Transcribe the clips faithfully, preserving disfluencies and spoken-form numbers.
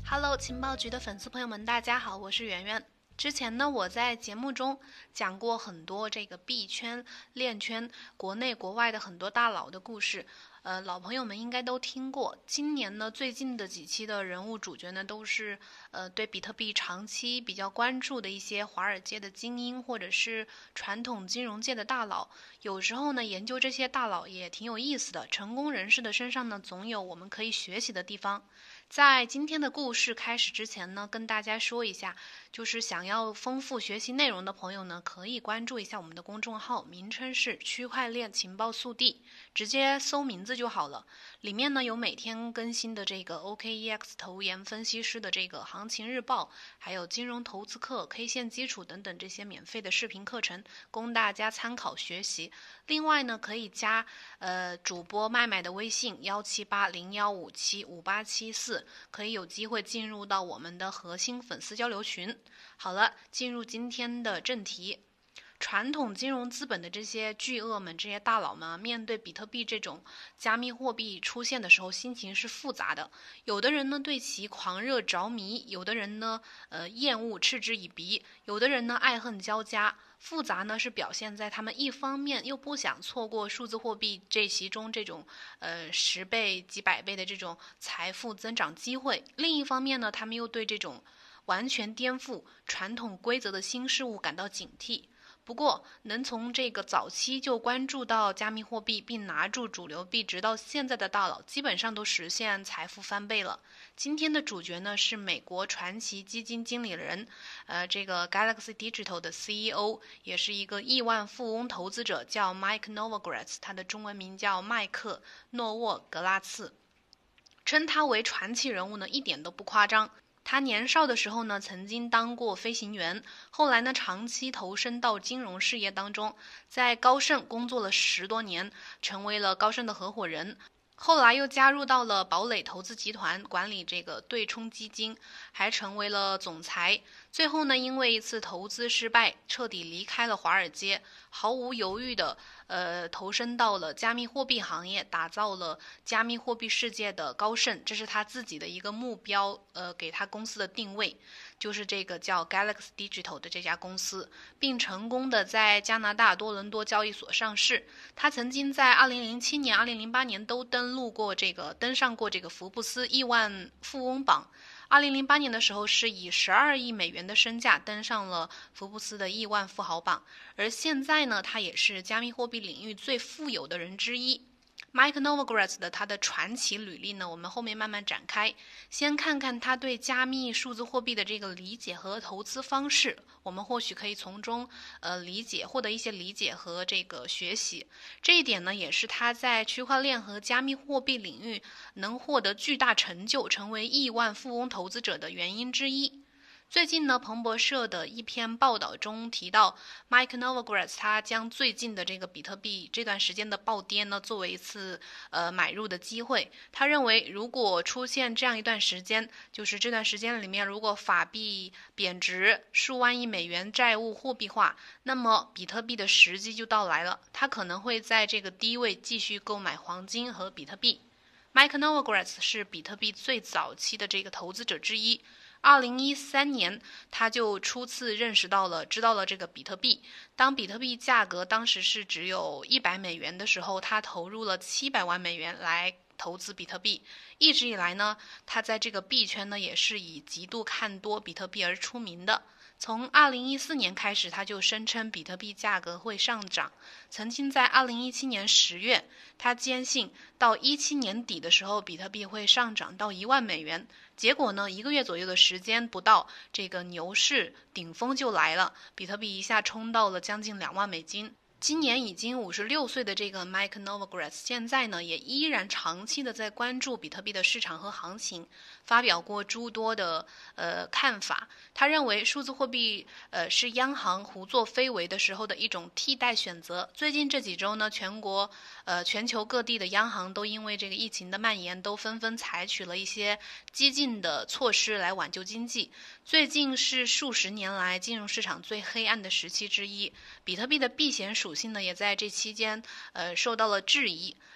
Hello，情报局的粉丝朋友们，大家好，我是圆圆。之前呢，我在节目中讲过很多这个币圈、链圈、国内国外的很多大佬的故事，呃，老朋友们应该都听过。今年呢，最近的几期的人物主角呢，都是呃对比特币长期比较关注的一些华尔街的精英，或者是传统金融界的大佬。有时候呢，研究这些大佬也挺有意思的。成功人士的身上呢，总有我们可以学习的地方。在今天的故事开始之前呢，跟大家说一下，就是想要丰富学习内容的朋友呢，可以关注一下我们的公众号，名称是区块链情报速递，直接搜名字就好了。里面呢有每天更新的这个 O K E X 投研分析师的这个行情日报，还有金融投资课、K 线基础等等这些免费的视频课程，供大家参考学习。另外呢，可以加呃主播麦麦的微信幺七八零幺五七五八七四，可以有机会进入到我们的核心粉丝交流群。好了，进入今天的正题。传统金融资本的这些巨鳄们、这些大佬们，面对比特币这种加密货币出现的时候，心情是复杂的。有的人呢对其狂热着迷，有的人呢呃厌恶嗤之以鼻，有的人呢爱恨交加。复杂呢是表现在他们一方面又不想错过数字货币这其中这种呃十倍、几百倍的这种财富增长机会，另一方面呢，他们又对这种完全颠覆传统规则的新事物感到警惕。不过，能从这个早期就关注到加密货币并拿住主流币直到现在的大佬，基本上都实现财富翻倍了。今天的主角呢是美国传奇基金经理人，呃，这个 Galaxy Digital 的 C E O， 也是一个亿万富翁投资者，叫 Mike Novogratz， 他的中文名叫麦克诺沃格拉茨。称他为传奇人物呢，一点都不夸张。他年少的时候呢，曾经当过飞行员，后来呢，长期投身到金融事业当中，在高盛工作了十多年，成为了高盛的合伙人。后来又加入到了堡垒投资集团，管理这个对冲基金，还成为了总裁。最后呢，因为一次投资失败，彻底离开了华尔街，毫无犹豫的呃投身到了加密货币行业，打造了加密货币世界的高盛，这是他自己的一个目标，呃，给他公司的定位。就是这个叫 Galaxy Digital 的这家公司，并成功的在加拿大多伦多交易所上市。他曾经在二零零七年、二零零八年都登陆过这个登上过这个福布斯亿万富翁榜。二零零八年的时候，是以十二亿美元的身价登上了福布斯的亿万富豪榜，而现在呢，他也是加密货币领域最富有的人之一。Mike Novogratz 的他的传奇履历呢，我们后面慢慢展开。先看看他对加密数字货币的这个理解和投资方式，我们或许可以从中呃理解，获得一些理解和这个学习。这一点呢，也是他在区块链和加密货币领域能获得巨大成就，成为亿万富翁投资者的原因之一。最近呢，彭博社的一篇报道中提到 ，Mike Novogratz 他将最近的这个比特币这段时间的暴跌呢，作为一次呃买入的机会。他认为，如果出现这样一段时间，就是这段时间里面，如果法币贬值，数万亿美元债务货币化，那么比特币的时机就到来了。他可能会在这个低位继续购买黄金和比特币。Mike Novogratz 是比特币最早期的这个投资者之一。二零一三年，他就初次认识到了、知道了这个比特币。当比特币价格当时是只有一百美元的时候，他投入了七百万美元来投资比特币。一直以来呢，他在这个币圈呢也是以极度看多比特币而出名的。从二零一四年开始，他就声称比特币价格会上涨。曾经在二零一七年十月，他坚信到一七年底的时候，比特币会上涨到一万美元。结果呢，一个月左右的时间不到，这个牛市顶峰就来了，比特币一下冲到了将近两万美金。今年已经五十六岁的这个 Mike Novogratz 现在呢也依然长期的在关注比特币的市场和行情，发表过诸多的呃看法。他认为数字货币呃是央行胡作非为的时候的一种替代选择。最近这几周呢，全国呃全球各地的央行都因为这个疫情的蔓延，都纷纷采取了一些激进的措施来挽救经济。最近是数十年来金融市场最黑暗的时期之一，比特币的避险属性呢，也在这期间呃受到了质疑。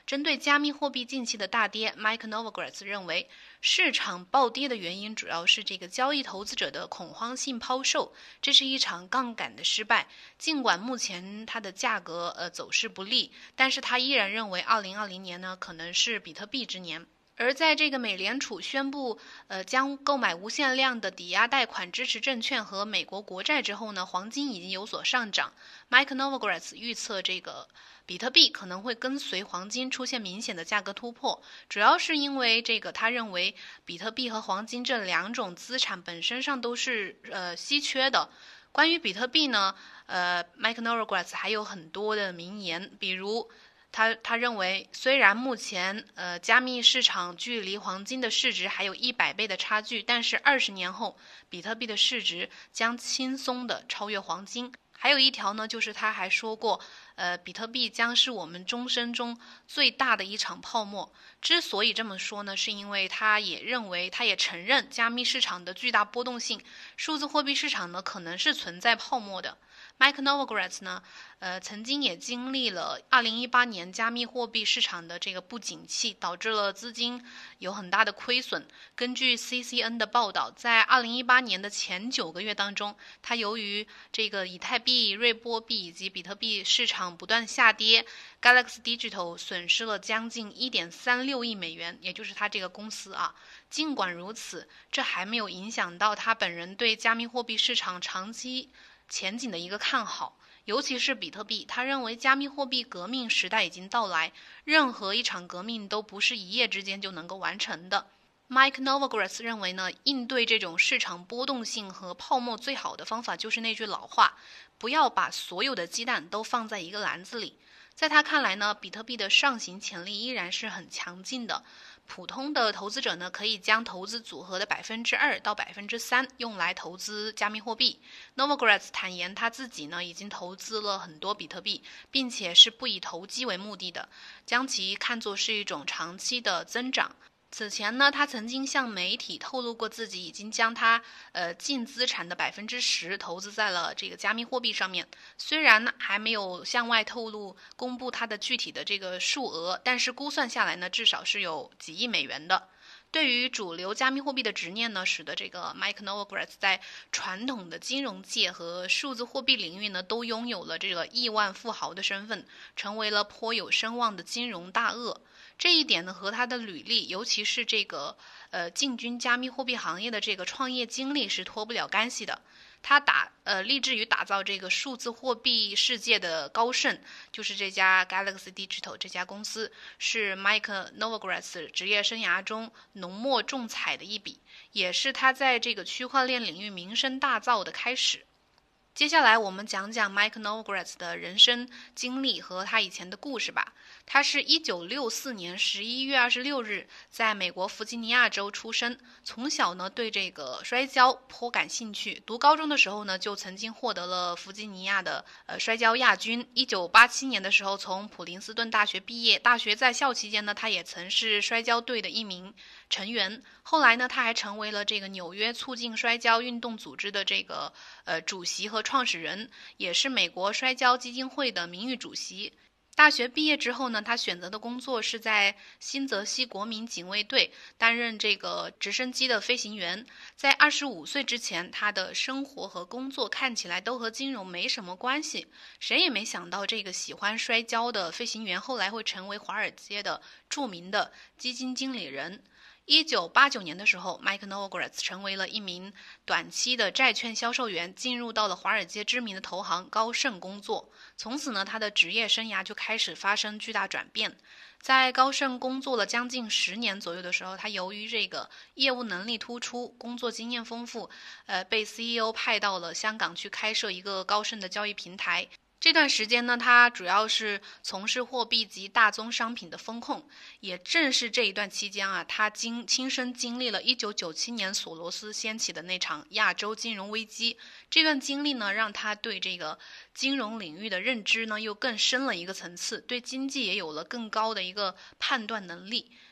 针对加密货币近期的大跌 ，Mike Novogratz 认为，市场暴跌的原因主要是这个交易投资者的恐慌性抛售，这是一场杠杆的失败。尽管目前它的价格呃走势不利，但是他依然认为二零二零年呢可能是比特币之年。而在这个美联储宣布呃将购买无限量的抵押贷款支持证券和美国国债之后呢，黄金已经有所上涨。Mike Novogratz 预测这个比特币可能会跟随黄金出现明显的价格突破，主要是因为这个他认为比特币和黄金这两种资产本身上都是呃稀缺的。关于比特币呢，呃，Mike Novogratz 还有很多的名言，比如他他认为，虽然目前呃加密市场距离黄金的市值还有一百倍的差距，但是二十年后，比特币的市值将轻松的超越黄金。还有一条呢，就是他还说过，呃，比特币将是我们终身中最大的一场泡沫。之所以这么说呢，是因为他也认为，他也承认加密市场的巨大波动性，数字货币市场呢可能是存在泡沫的。Mike Novogratz 呢，呃，曾经也经历了二零一八年加密货币市场的这个不景气，导致了资金有很大的亏损。根据 C C N 的报道，在二零一八年的前九个月当中，它由于这个以太币、瑞波币以及比特币市场不断下跌 ，Galaxy Digital 损失了将近一点三六亿美元，也就是它这个公司啊。尽管如此，这还没有影响到他本人对加密货币市场长期前景的一个看好，尤其是比特币。他认为加密货币革命时代已经到来，任何一场革命都不是一夜之间就能够完成的。Mike Novogratz 认为呢，应对这种市场波动性和泡沫最好的方法就是那句老话，不要把所有的鸡蛋都放在一个篮子里。在他看来呢，比特币的上行潜力依然是很强劲的。普通的投资者呢，可以将投资组合的百分之二到百分之三用来投资加密货币。Novogratz 坦言他自己呢已经投资了很多比特币，并且是不以投机为目的的，将其看作是一种长期的增长。此前呢，他曾经向媒体透露过自己已经将他呃净资产的百分之十投资在了这个加密货币上面。虽然呢还没有向外透露公布他的具体的这个数额，但是估算下来呢，至少是有几亿美元的。对于主流加密货币的执念呢，使得这个 Mike Novogratz 在传统的金融界和数字货币领域呢，都拥有了这个亿万富豪的身份，成为了颇有声望的金融大鳄。这一点呢，和他的履历，尤其是这个呃进军加密货币行业的这个创业经历是脱不了干系的。他打呃立志于打造这个数字货币世界的高盛，就是这家 Galaxy Digital 这家公司，是 Mike Novogratz 职业生涯中浓墨重彩的一笔，也是他在这个区块链领域名声大噪的开始。接下来我们讲讲 Mike Novogratz 的人生经历和他以前的故事吧。他是一九六四年十一月二十六日在美国弗吉尼亚州出生，从小呢对这个摔跤颇感兴趣。读高中的时候呢，就曾经获得了弗吉尼亚的呃摔跤亚军。一九八七年的时候从普林斯顿大学毕业，大学在校期间呢，他也曾是摔跤队的一名成员。后来呢，他还成为了这个纽约促进摔跤运动组织的这个呃主席和创始人，也是美国摔跤基金会的名誉主席。大学毕业之后呢，他选择的工作是在新泽西国民警卫队担任这个直升机的飞行员。在二十五岁之前，他的生活和工作看起来都和金融没什么关系。谁也没想到，这个喜欢摔跤的飞行员后来会成为华尔街的著名的基金经理人。一九八九年的时候 ，Mike Novogratz 成为了一名短期的债券销售员，进入到了华尔街知名的投行高盛工作。从此呢，他的职业生涯就开始发生巨大转变。在高盛工作了将近十年左右的时候，他由于这个业务能力突出，工作经验丰富，呃，被 C E O 派到了香港去开设一个高盛的交易平台。这段时间呢，他主要是从事货币及大宗商品的风控。也正是这一段期间啊，他经亲身经历了一九九七年索罗斯掀起的那场亚洲金融危机。这段经历呢，让他对这个金融领域的认知呢又更深了一个层次，对经济也有了更高的一个判断能力。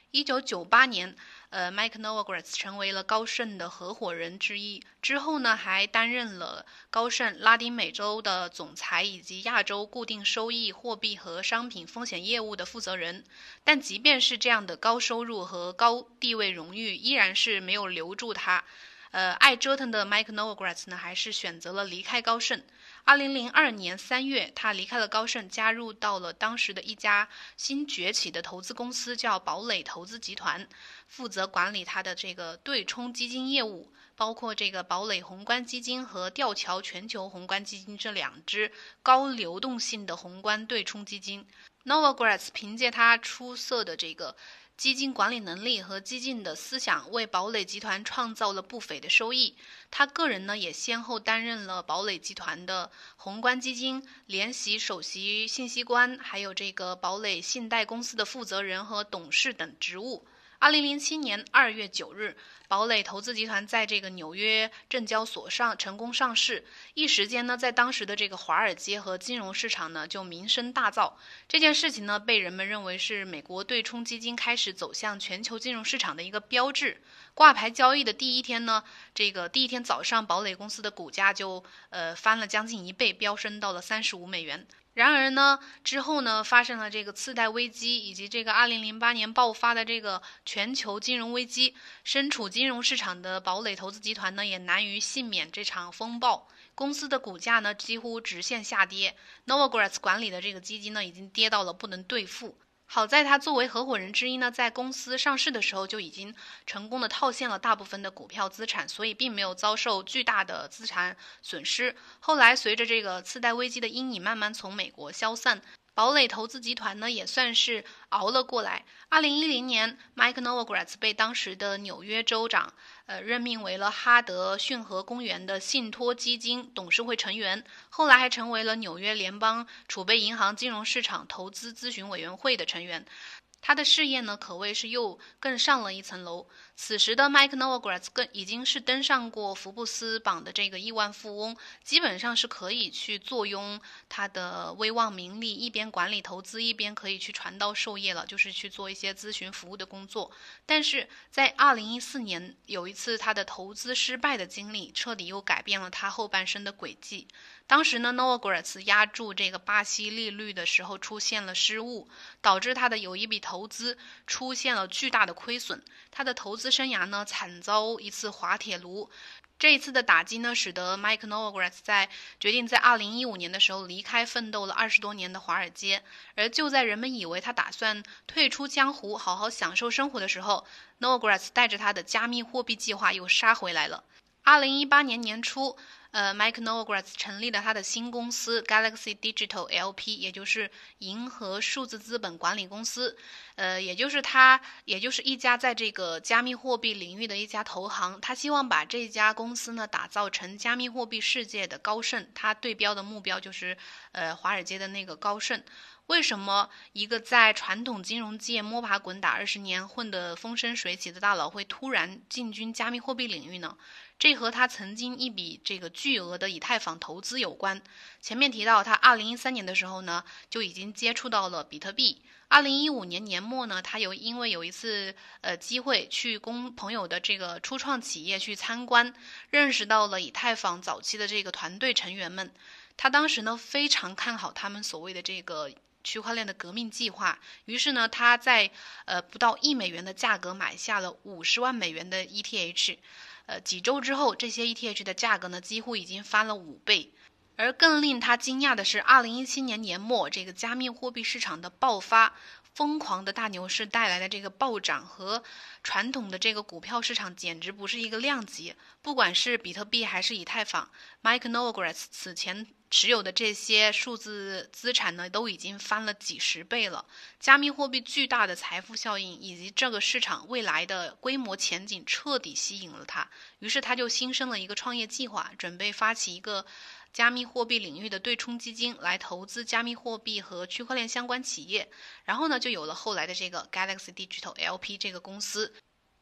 一九九八年，呃，Mike Novogratz 成为了高盛的合伙人之一。之后呢，还担任了高盛拉丁美洲的总裁以及亚洲固定收益、货币和商品风险业务的负责人。但即便是这样的高收入和高地位荣誉，依然是没有留住他。呃，爱折腾的 Mike Novogratz 呢，还是选择了离开高盛。二零零二年三月，他离开了高盛，加入到了当时的一家新崛起的投资公司，叫堡垒投资集团，负责管理他的这个对冲基金业务，包括这个堡垒宏观基金和吊桥全球宏观基金这两支高流动性的宏观对冲基金。Novogratz 凭借他出色的这个基金管理能力和激进的思想，为堡垒集团创造了不菲的收益。他个人呢，也先后担任了堡垒集团的宏观基金联席首席信息官，还有这个堡垒信贷公司的负责人和董事等职务。二零零七年二月九日，堡垒投资集团在这个纽约证交所上成功上市，一时间呢，在当时的这个华尔街和金融市场呢，就名声大噪。这件事情呢，被人们认为是美国对冲基金开始走向全球金融市场的一个标志。挂牌交易的第一天呢，这个第一天早上，堡垒公司的股价就呃翻了将近一倍，飙升到了三十五美元。然而呢，之后呢，发生了这个次贷危机，以及这个二零零八年爆发的这个全球金融危机，身处金融市场的堡垒投资集团呢，也难于幸免这场风暴。公司的股价呢，几乎直线下跌。Novogratz 管理的这个基金呢，已经跌到了不能兑付。好在他作为合伙人之一呢，在公司上市的时候就已经成功的套现了大部分的股票资产，所以并没有遭受巨大的资产损失。后来随着这个次贷危机的阴影慢慢从美国消散，堡垒投资集团呢也算是熬了过来。二零一零年 Mike Novogratz 被当时的纽约州长呃任命为了哈德逊河公园的信托基金董事会成员，后来还成为了纽约联邦储备银行金融市场投资咨询委员会的成员。他的事业呢，可谓是又更上了一层楼。此时的 Mike Novogratz 更已经是登上过福布斯榜的这个亿万富翁，基本上是可以去坐拥他的威望名利，一边管理投资，一边可以去传道授业了，就是去做一些咨询服务的工作。但是在二零一四年，有一次他的投资失败的经历，彻底又改变了他后半生的轨迹。当时呢 Novogratz 押注这个巴西利率的时候出现了失误，导致他的有一笔投资出现了巨大的亏损，他的投资生涯呢惨遭一次滑铁卢。这一次的打击呢，使得 Mike Novogratz 在决定在二零一五年的时候离开奋斗了二十多年的华尔街。而就在人们以为他打算退出江湖，好好享受生活的时候， Novogratz 带着他的加密货币计划又杀回来了。二零一八年年初，呃 ，Mike Novogratz 成立了他的新公司 Galaxy Digital L P， 也就是银河数字资本管理公司，呃，也就是他，也就是一家在这个加密货币领域的一家投行。他希望把这家公司呢打造成加密货币世界的高盛，他对标的目标就是呃华尔街的那个高盛。为什么一个在传统金融界摸爬滚打二十年、混得风生水起的大佬会突然进军加密货币领域呢？这和他曾经一笔这个巨额的以太坊投资有关。前面提到，他二零一三年的时候呢，就已经接触到了比特币。二零一五年年末呢，他有因为有一次呃机会去公朋友的这个初创企业去参观，认识到了以太坊早期的这个团队成员们。他当时呢非常看好他们所谓的这个区块链的革命计划，于是呢，他在呃不到一美元的价格买下了五十万美元的 E T H。呃，几周之后，这些 E T H 的价格呢，几乎已经翻了五倍。而更令他惊讶的是，二零一七年年末，这个加密货币市场的爆发，疯狂的大牛市带来的这个暴涨和传统的这个股票市场简直不是一个量级。不管是比特币还是以太坊 ，Mike Novogratz 此前持有的这些数字资产呢，都已经翻了几十倍了。加密货币巨大的财富效应以及这个市场未来的规模前景彻底吸引了他，于是他就新生了一个创业计划，准备发起一个加密货币领域的对冲基金来投资加密货币和区块链相关企业。然后呢，就有了后来的这个 Galaxy Digital L P 这个公司。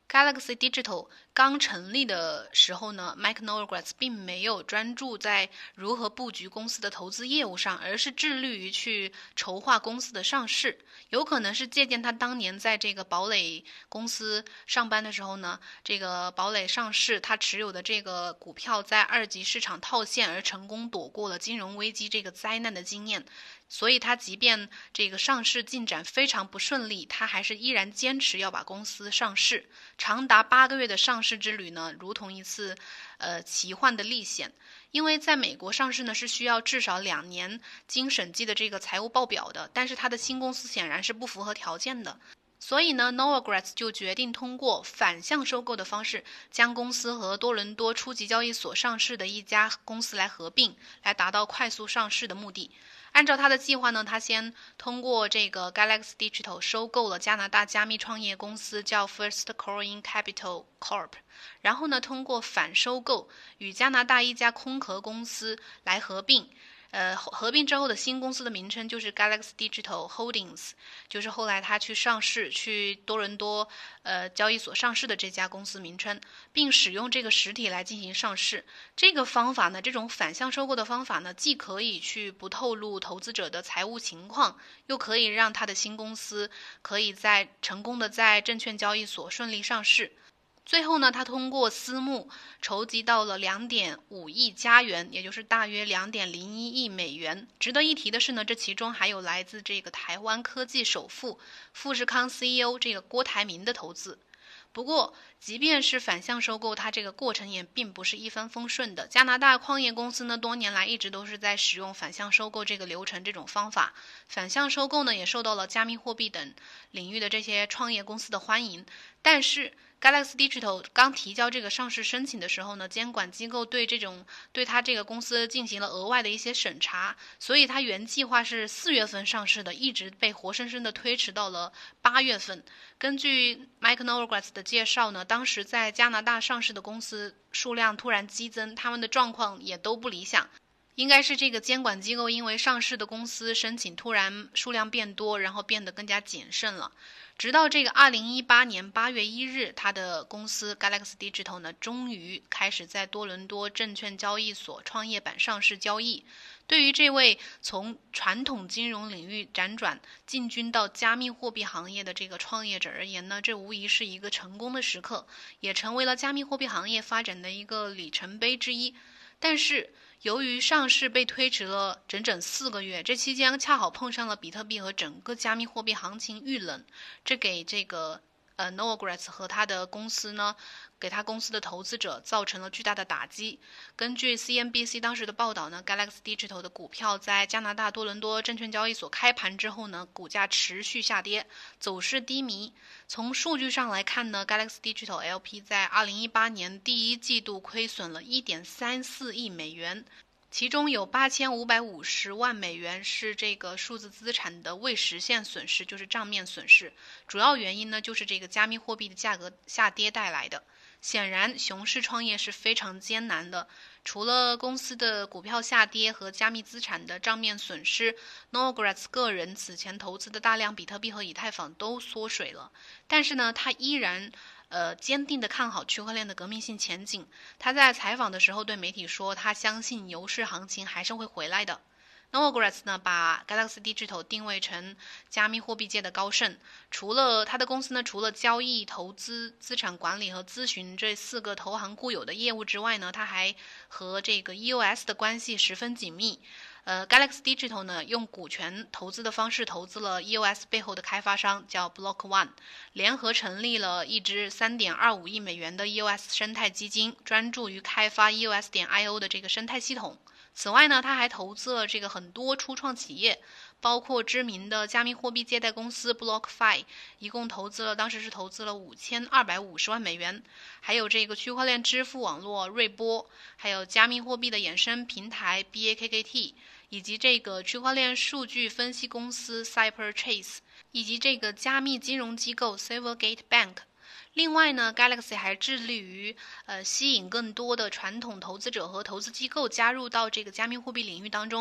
Galaxy Digital 刚成立的时候呢 Mike Novogratz 并没有专注在如何布局公司的投资业务上，而是致力于去筹划公司的上市。有可能是借鉴他当年在这个堡垒公司上班的时候呢，这个堡垒上市，他持有的这个股票在二级市场套现而成功躲过了金融危机这个灾难的经验。所以他即便这个上市进展非常不顺利，他还是依然坚持要把公司上市。长达八个月的上市之旅呢，如同一次呃奇幻的历险。因为在美国上市呢是需要至少两年经审计的这个财务报表的，但是他的新公司显然是不符合条件的。所以呢 Novogratz 就决定通过反向收购的方式，将公司和多伦多初级交易所上市的一家公司来合并，来达到快速上市的目的。按照他的计划呢，他先通过这个 Galaxy Digital 收购了加拿大加密创业公司叫 First Coin Capital Corp， 然后呢，通过反收购与加拿大一家空壳公司来合并。呃，合并之后的新公司的名称就是 Galaxy Digital Holdings， 就是后来他去上市，去多伦多呃交易所上市的这家公司名称，并使用这个实体来进行上市。这个方法呢，这种反向收购的方法呢，既可以去不透露投资者的财务情况，又可以让他的新公司可以在成功的在证券交易所顺利上市。最后呢，他通过私募筹集到了 两点五亿加元，也就是大约 两点零一亿美元。值得一提的是呢，这其中还有来自这个台湾科技首富富士康 C E O 这个郭台铭的投资。不过，即便是反向收购，它这个过程也并不是一帆风顺的。加拿大矿业公司呢，多年来一直都是在使用反向收购这个流程这种方法。反向收购呢，也受到了加密货币等领域的这些创业公司的欢迎。但是 Galaxy Digital 刚提交这个上市申请的时候呢，监管机构对这种对它这个公司进行了额外的一些审查，所以它原计划是四月份上市的，一直被活生生的推迟到了八月份。根据 Mike Novogratz 的介绍呢，当时在加拿大上市的公司数量突然激增，他们的状况也都不理想。应该是这个监管机构因为上市的公司申请突然数量变多，然后变得更加谨慎了。直到这个二零一八年八月一日，他的公司 Galaxy Digital 呢，终于开始在多伦多证券交易所创业板上市交易。对于这位从传统金融领域辗转进军到加密货币行业的这个创业者而言呢，这无疑是一个成功的时刻，也成为了加密货币行业发展的一个里程碑之一。但是由于上市被推迟了整整四个月，这期间恰好碰上了比特币和整个加密货币行情遇冷，这给这个呃 Novogratz 和他的公司呢，给他公司的投资者造成了巨大的打击。根据 C N B C 当时的报道呢 ，Galaxy Digital 的股票在加拿大多伦多证券交易所开盘之后呢，股价持续下跌，走势低迷。从数据上来看呢 ，Galaxy Digital L P 在二零一八年第一季度亏损了 一点三四亿美元。其中有八千五百五十万美元是这个数字资产的未实现损失，就是账面损失。主要原因呢，就是这个加密货币的价格下跌带来的。显然，熊市创业是非常艰难的。除了公司的股票下跌和加密资产的账面损失 ，Novogratz 个人此前投资的大量比特币和以太坊都缩水了。但是呢，他依然呃，坚定地看好区块链的革命性前景。他在采访的时候对媒体说，他相信牛市行情还是会回来的。Novogratz 呢，把 Galaxy Digital 定位成加密货币界的高盛。除了他的公司呢，除了交易、投资、资产管理和咨询这四个投行固有的业务之外呢，他还和这个 E O S 的关系十分紧密。呃 ，Galaxy Digital 呢，用股权投资的方式投资了 E O S 背后的开发商叫 Block One， 联合成立了一支 三点二五亿美元的 E O S 生态基金，专注于开发 E O S 点 I O 的这个生态系统。此外呢，他还投资了这个很多初创企业，包括知名的加密货币借贷公司 BlockFi， 一共投资了，当时是投资了五千二百五十万美元，还有这个区块链支付网络瑞波，还有加密货币的衍生平台 B A K K T， 以及这个区块链数据分析公司 CyberTrace， 以及这个加密金融机构 Silvergate Bank。另外呢 ，Galaxy 还致力于呃吸引更多的传统投资者和投资机构加入到这个加密货币领域当中。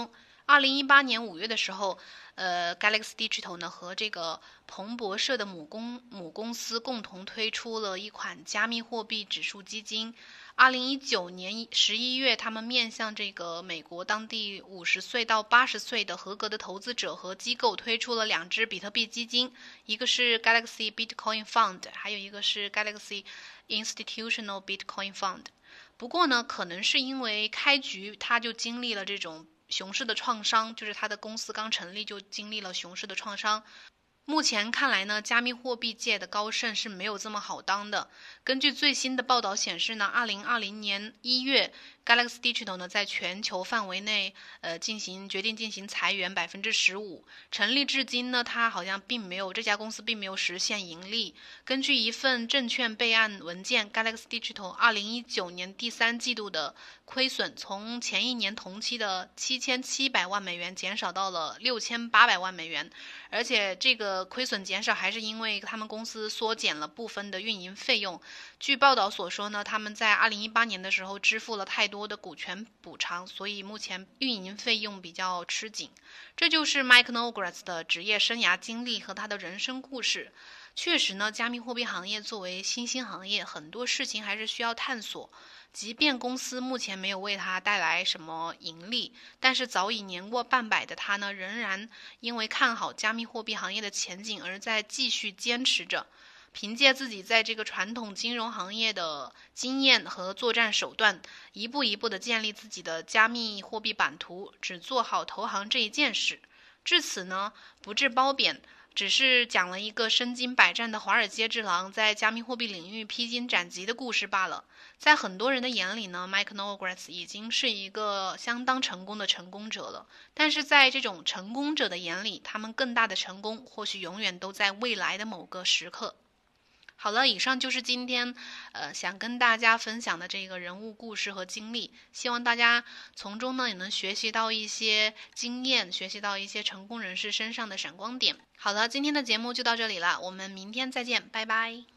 二零一八年五月的时候，呃 ，Galaxy Digital 呢和这个彭博社的母公母公司共同推出了一款加密货币指数基金。二零一九年十一月，他们面向这个美国当地五十岁到八十岁的合格的投资者和机构推出了两支比特币基金，一个是 Galaxy Bitcoin Fund， 还有一个是 Galaxy Institutional Bitcoin Fund。不过呢，可能是因为开局它就经历了这种熊市的创伤，就是它的公司刚成立就经历了熊市的创伤。目前看来呢，加密货币界的高盛是没有这么好当的。根据最新的报道显示呢，二零二零年一月 ，Galaxy Digital 呢在全球范围内呃进行决定进行裁员百分之十五。成立至今呢，它好像并没有这家公司并没有实现盈利。根据一份证券备案文件 ，Galaxy Digital 二零一九年第三季度的亏损从前一年同期的七千七百万美元减少到了六千八百万美元，而且这个亏损减少还是因为他们公司缩减了部分的运营费用。据报道所说呢，他们在二零一八年的时候支付了太多的股权补偿，所以目前运营费用比较吃紧。这就是 Mike Novogratz 的职业生涯经历和他的人生故事。确实呢，加密货币行业作为新兴行业，很多事情还是需要探索。即便公司目前没有为他带来什么盈利，但是早已年过半百的他呢，仍然因为看好加密货币行业的前景而在继续坚持着。凭借自己在这个传统金融行业的经验和作战手段，一步一步地建立自己的加密货币版图，只做好投行这一件事。至此呢，不致褒贬，只是讲了一个身经百战的华尔街之狼在加密货币领域披荆斩棘的故事罢了。在很多人的眼里呢 ，Mike Novogratz 已经是一个相当成功的成功者了。但是在这种成功者的眼里，他们更大的成功或许永远都在未来的某个时刻。好了，以上就是今天呃想跟大家分享的这个人物故事和经历，希望大家从中呢也能学习到一些经验，学习到一些成功人士身上的闪光点。好了，今天的节目就到这里了，我们明天再见，拜拜。